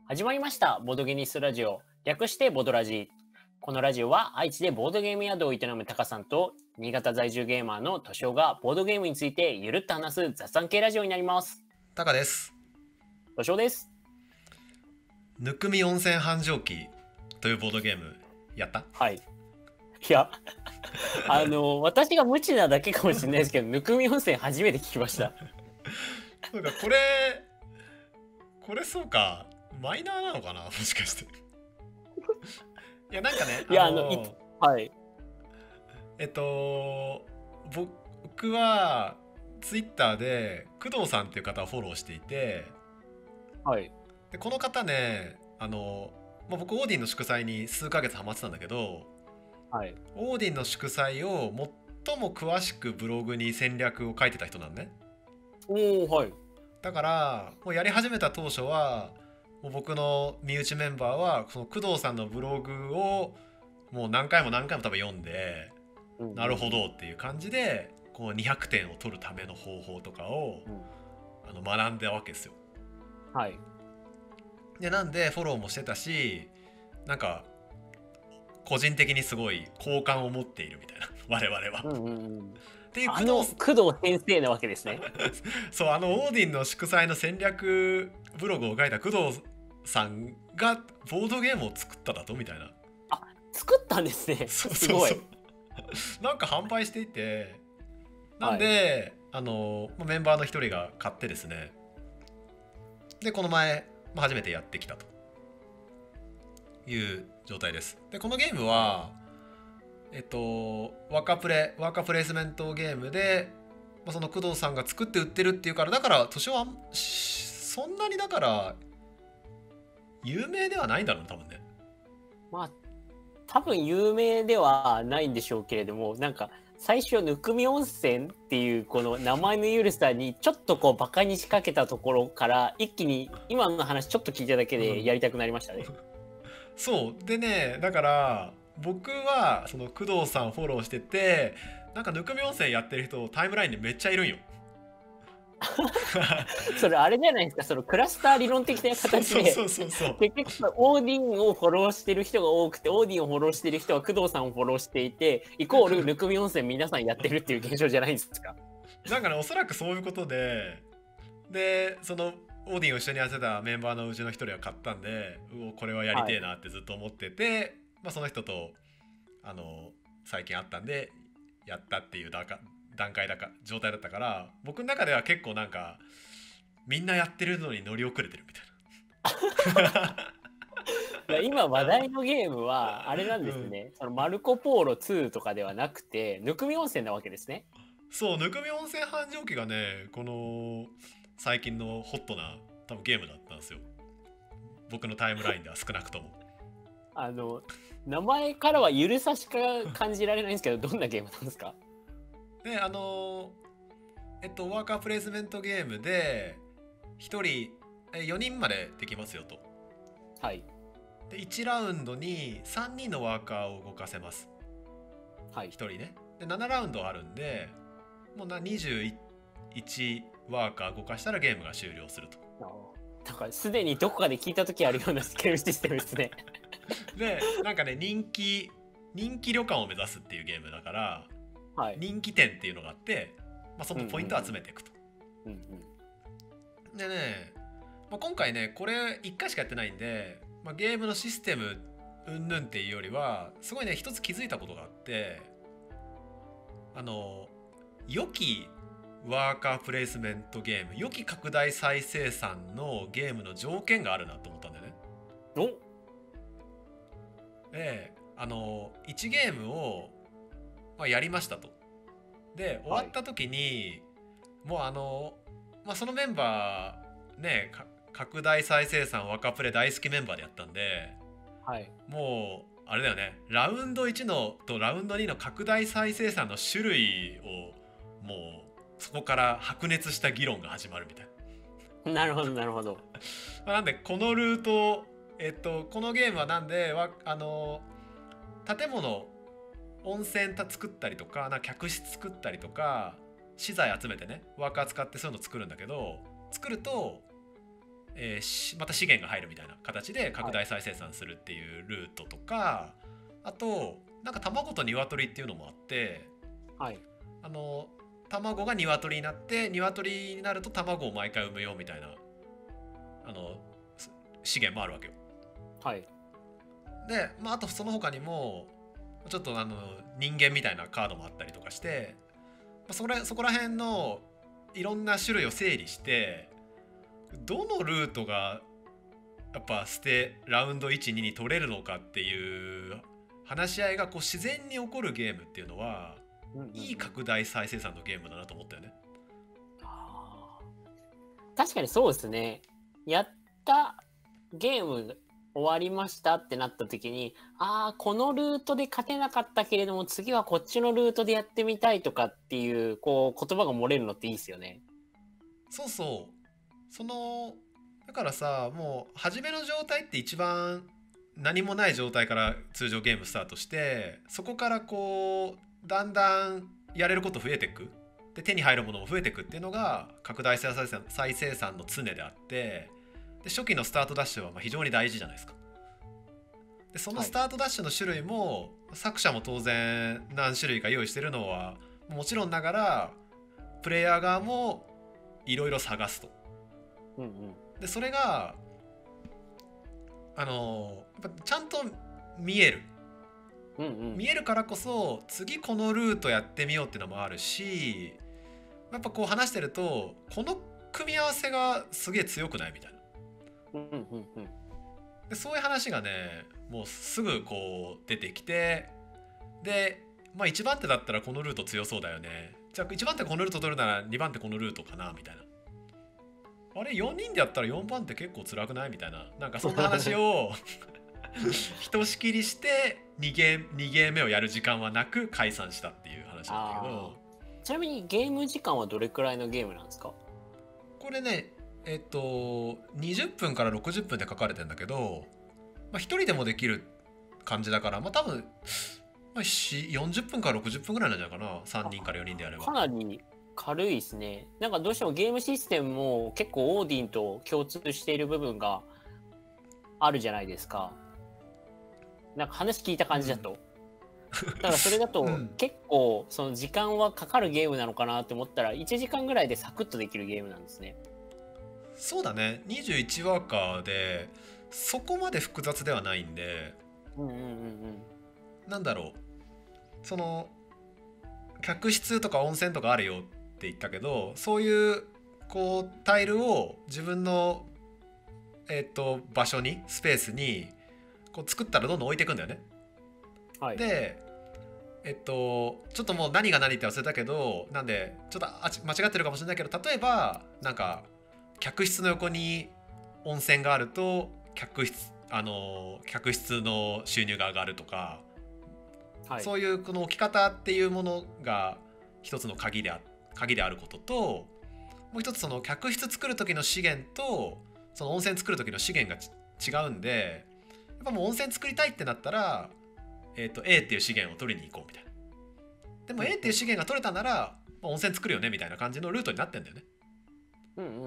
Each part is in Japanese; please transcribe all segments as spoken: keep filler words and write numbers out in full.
始まりました。ボードゲニストラジオ。略してボドラジ。このラジオは愛知でボードゲーム宿を営むタカさんと新潟在住ゲーマーのトシオがボードゲームについてゆるっと話す雑談系ラジオになります。 タカです。 トシオです。 ぬくみ温泉繁盛記というボードゲームやった？ はい。いや、あの、私が無知なだけかもしれないですけど、ぬくみ温泉初めて聞きました。 なんかこれ、これそうか、マイナーなのかなもしかして。いやなんかね、 いや、 あの、 あの、いはい。 えっと、僕はツイッターで工藤さんっていう方をフォローしていて、 はい。 でこの方ね、あの、まあ、僕オーディンの祝祭に数ヶ月ハマってたんだけど、 はい。 オーディンの祝祭を最も詳しくブログに戦略を書いてた人なんね。 おー、はい。 だからもうやり始めた当初はもう僕の身内メンバーはその工藤さんのブログをもう何回も何回も多分読んで、 うんうん、 なるほどっていう感じでこうにひゃくてんを取るための方法とかを、 うん、 あの学んだわけですよ。 はい。 でなんでフォローもしてたし、なんか個人的にすごい好感を持っているみたいな我々は。 うんうんうん、 っていう工あの藤工藤先生なわけですね。 そう、あのオーディンの祝祭の戦略ブログを書いた工藤さんがボードゲームを作っただとみたいな。 あ、作ったんですね。 そうすごい。 そうそう。なんか販売していて、なんで、はい、あのメンバーの一人が買ってですね、でこの前、まあ、初めてやってきたという状態です。でこのゲームはえっとワーカープレワーカープレイスメントゲームで、まあ、その工藤さんが作って売ってるっていうから、だから年はそんなにだから有名ではないんだろう多分ね。 まあ多分有名ではないんでしょうけれども、なんか最初ぬくみ温泉っていうこの名前のゆるさにちょっとこうバカに仕掛けたところから一気に今の話ちょっと聞いただけでやりたくなりましたね。うん、 そうでね、だから僕はその工藤さんフォローしてて、なんかぬくみ温泉やってる人タイムラインでめっちゃいるんよ。 それあれじゃないですか、そのクラスター理論的な形で結局オーディンをフォローしてる人が多くて、オーディンをフォローしてる人は工藤さんをフォローしていて、イコールぬくみ温泉皆さんやってるっていう現象じゃないですか。 なんかね、おそらくそういうことで、でそのオーディンを一緒にやってたメンバーのうちの一人は買ったんで、うおこれはやりてえなってずっと思ってて、はい、まあ、その人とあの最近会ったんでやったっていう段階だか状態だったから、僕の中では結構なんかみんなやってるのに乗り遅れてるみたいな。 今話題のゲームはあれなんですね、うん、そのマルコポーロツーとかではなくてぬくみ温泉なわけですね。 そう、ぬくみ温泉繁盛記がね、この最近のホットな多分ゲームだったんですよ、僕のタイムラインでは少なくとも。 あの名前からはゆるさしか感じられないんですけど、どんなゲームなんですか？ で、あのえっとワーカープレイスメントゲームでひとりよにんまでできますよと。 はい。 でいちラウンドにさんにんのワーカーを動かせます。 はい。 ひとりね。でななラウンドあるんで、もうなにじゅういちワーカー動かしたらゲームが終了すると。 なんかすでにどこかで聞いた時あるようなスケールシステムですね。 でなんかね、人気人気旅館を目指すっていうゲームだから、はい、人気店っていうのがあって、まあ、そのポイントを集めていくと。でね、まあ、今回ねこれいっかいしかやってないんで、まあ、ゲームのシステムうんぬんっていうよりはすごいね一つ気づいたことがあって、あの良きワーカープレイスメントゲーム、良き拡大再生産のゲームの条件があるなと思ったんだよね。 おで、あのいちゲームを、まあ、やりましたと。で終わった時に、はい、もうあの、まあ、そのメンバーね、拡大再生産ワーカープレイ大好きメンバーでやったんで、はい、もうあれだよね、ラウンドいちのとラウンドにの拡大再生産の種類をもうそこから白熱した議論が始まるみたいな。なるほどなるほど。 なんでこのルート、えっとこのゲームはなんでわあの建物温泉作ったりとか、な客室作ったりとか資材集めてねワーカー使ってそういうの作るんだけど、作るとえー、また資源が入るみたいな形で拡大再生産するっていうルートとか、はい、あとなんか卵と鶏っていうのもあって、 はい、 あの卵が鶏になって鶏になると卵を毎回産むよみたいなあの資源もあるわけよ。 はい、 で、まあ、あとその他にもちょっとあの人間みたいなカードもあったりとかして、まあ、それそこら辺のいろんな種類を整理してどのルートがやっぱ捨てラウンドいち、にに取れるのかっていう話し合いがこう自然に起こるゲームっていうのは、うんうんうん、いい拡大再生産のゲームだなと思ったよね。 あ、確かにそうですね。やったゲーム終わりましたってなった時に、ああこのルートで勝てなかったけれども次はこっちのルートでやってみたいとかっていうこう言葉が漏れるのっていいですよね。 そうそう、そのだからさ、もう初めの状態って一番何もない状態から通常ゲームスタートして、そこからこうだんだんやれること増えていく、で手に入るものも増えていくっていうのが拡大再生産、再生産の常であって、で初期のスタートダッシュはまあ非常に大事じゃないですか。でそのスタートダッシュの種類も、はい、作者も当然何種類か用意してるのはもちろんながら、プレイヤー側もいろいろ探すと。うんうん、でそれがあのやっぱちゃんと見える、うんうん、見えるからこそ次このルートやってみようっていうのもあるし、やっぱこう話してるとこの組み合わせがすげえ強くないみたいな、うんうんうん、でそういう話がねもうすぐこう出てきて、で、まあ、いちばん手だったらこのルート強そうだよね、じゃあいちばん手このルート取るならにばん手このルートかなみたいな、あれよにんでやったらよんばん手結構辛くないみたいな、なんかそんな話をひとしきりしてにゲームにゲーム目をやる時間はなく解散したっていう話なんだけど。 ちなみにゲーム時間はどれくらいのゲームなんですか？ これねえっとにじゅっぷんからろくじゅっぷんで書かれてんだけど、まあ、ひとりでもできる感じだから、まあ多分、まあ、よんじゅっぷんからろくじゅっぷんぐらいなんじゃないかな、さんにんからよにんでやれば。 かなり軽いですね。なんかどうしてもゲームシステムも結構オーディンと共通している部分があるじゃないですか。なんか話聞いた感じだと、うん、だからそれだと結構その時間はかかるゲームなのかなって思ったらいちじかんぐらいでサクッとできるゲームなんですね。 そうだね、にじゅういちワーカーでそこまで複雑ではないんで、うんうんうんうん、なんだろう、その客室とか温泉とかあるよって言ったけど、そういうこうタイルを自分の、えー、と場所にスペースにこう作ったらどんどん置いていくんだよね。はい、でえっとちょっともう何が何って忘れたけど、なんでちょっとあ間違ってるかもしれないけど、例えばなんか客室の横に温泉があると客室あの客室の収入が上がるとか、はい、そういうこの置き方っていうものが一つの鍵であ鍵であることと、もう一つその客室作る時の資源とその温泉作る時の資源が違うんで、やっぱもう温泉作りたいってなったら、えーと A っていう資源を取りに行こうみたいな。でも A っていう資源が取れたなら、まあ、温泉作るよねみたいな感じのルートになってんだよね。うんうんうん、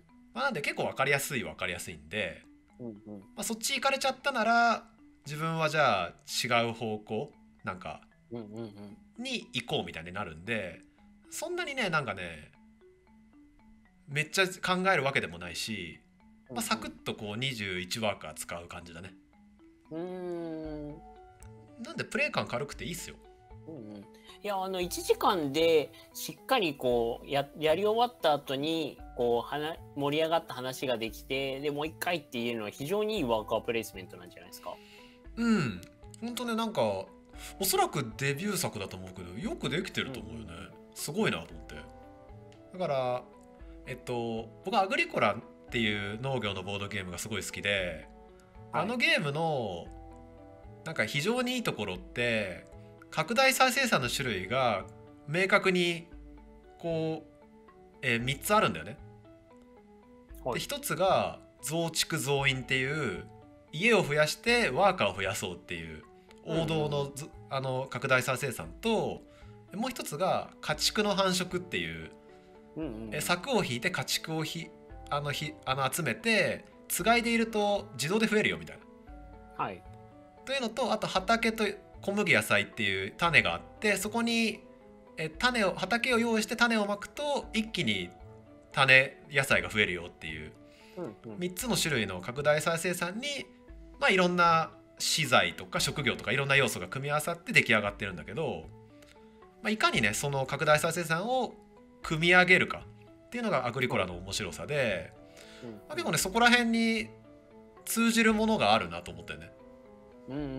まあ、なんで結構分かりやすい分かりやすいんで、うんうん、まあ、そっち行かれちゃったなら自分はじゃあ違う方向なんかに行こうみたいになるんで、そんなにねなんかねめっちゃ考えるわけでもないし、まあ、サクッとこうにじゅういちワーカー使う感じだね。うーん、なんでプレイ感軽くていいっすよ。 うんうん、いやあのいちじかんでしっかりこう や, やり終わった後にこうはな盛り上がった話ができて、でもう一回っていうのは非常にいいワーカープレイスメントなんじゃないですか。 うん、ほんとね、なんかおそらくデビュー作だと思うけどよくできてると思うよね、うん、すごいなと思って。だからえっと僕はアグリコラっていう農業のボードゲームがすごい好きで、はい、あのゲームのなんか非常にいいところって拡大再生産の種類が明確にこう、えー、みっつあるんだよね。はい、でひとつが増築増員っていう家を増やしてワーカーを増やそうっていう王道の、うん、あの拡大再生産と、もう一つが家畜の繁殖っていう、うんうん、え柵を引いて家畜をひあのひあの集めてつがいでいると自動で増えるよみたいな。はい。 というのと、あと畑と小麦野菜っていう種があって、そこにえ種を畑を用意して種をまくと一気に種野菜が増えるよっていう、うんうん、みっつの種類の拡大再生産に、まあ、いろんな資材とか職業とかいろんな要素が組み合わさって出来上がってるんだけど、まあ、いかにねその拡大再生産を組み上げるかっていうのがアグリコラの面白さで、うんまあ、結構ねそこら辺に通じるものがあるなと思ってね。うんうんうん、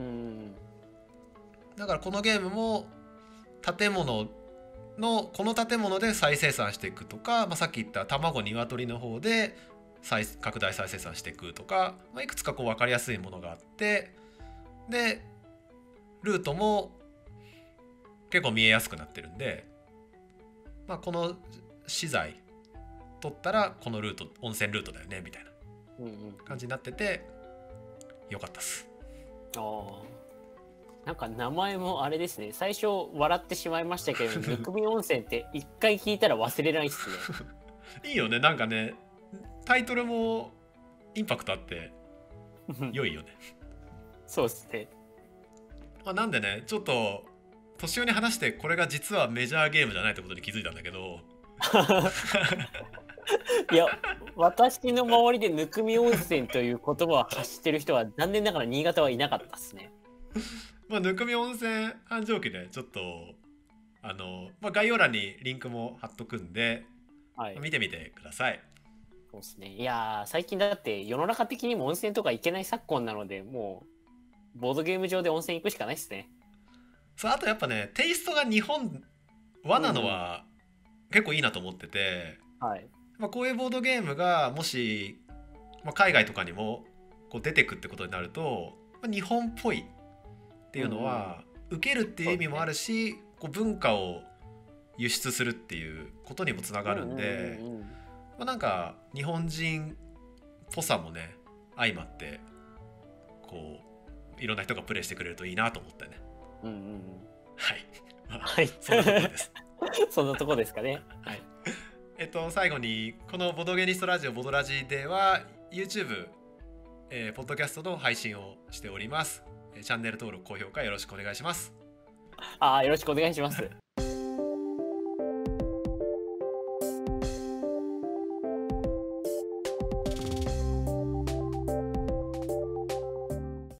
だからこのゲームも建物のこの建物で再生産していくとか、まあ、さっき言った卵鶏の方で再拡大再生産していくとか、まあ、いくつかこう分かりやすいものがあって、でルートも結構見えやすくなってるんで、まあ、この資材取ったらこのルート温泉ルートだよねみたいな感じになっててよかったっす。 あなんか名前もあれですね、最初笑ってしまいましたけどぬくみ温泉って一回聞いたら忘れないっすねいいよね、なんかねタイトルもインパクトあって良いよねそうっすね、 まあ、なんでねちょっと年寄りに話してこれが実はメジャーゲームじゃないってことに気づいたんだけどいや私の周りでぬくみ温泉という言葉を発してる人は残念ながら新潟はいなかったですねまあぬくみ温泉繁盛記でちょっとあの、まあ、概要欄にリンクも貼っとくんで、はい、見てみてください。 そうですね。いや最近だって世の中的にも温泉とか行けない昨今なので、もうボードゲーム上で温泉行くしかないですね。 そうあとやっぱねテイストが日本和なのは結構いいなと思ってて、うんはいまあ、こういうボードゲームがもし、まあ、海外とかにもこう出てくってことになると、まあ、日本っぽいっていうのは、うん、受けるっていう意味もあるし、ね、こう文化を輸出するっていうことにもつながるんで、うんうんうんうんまあ、なんか日本人っぽさもね相まってこういろんな人がプレイしてくれるといいなと思ってね、うんうんうん、はい、まあ、はいそんなところですそんなとこですかねはいえっと最後にこのボドゲニストラジオボドラジでは YouTube、えー、ポッドキャストの配信をしております。チャンネル登録高評価よろしくお願いします。 あよろしくお願いします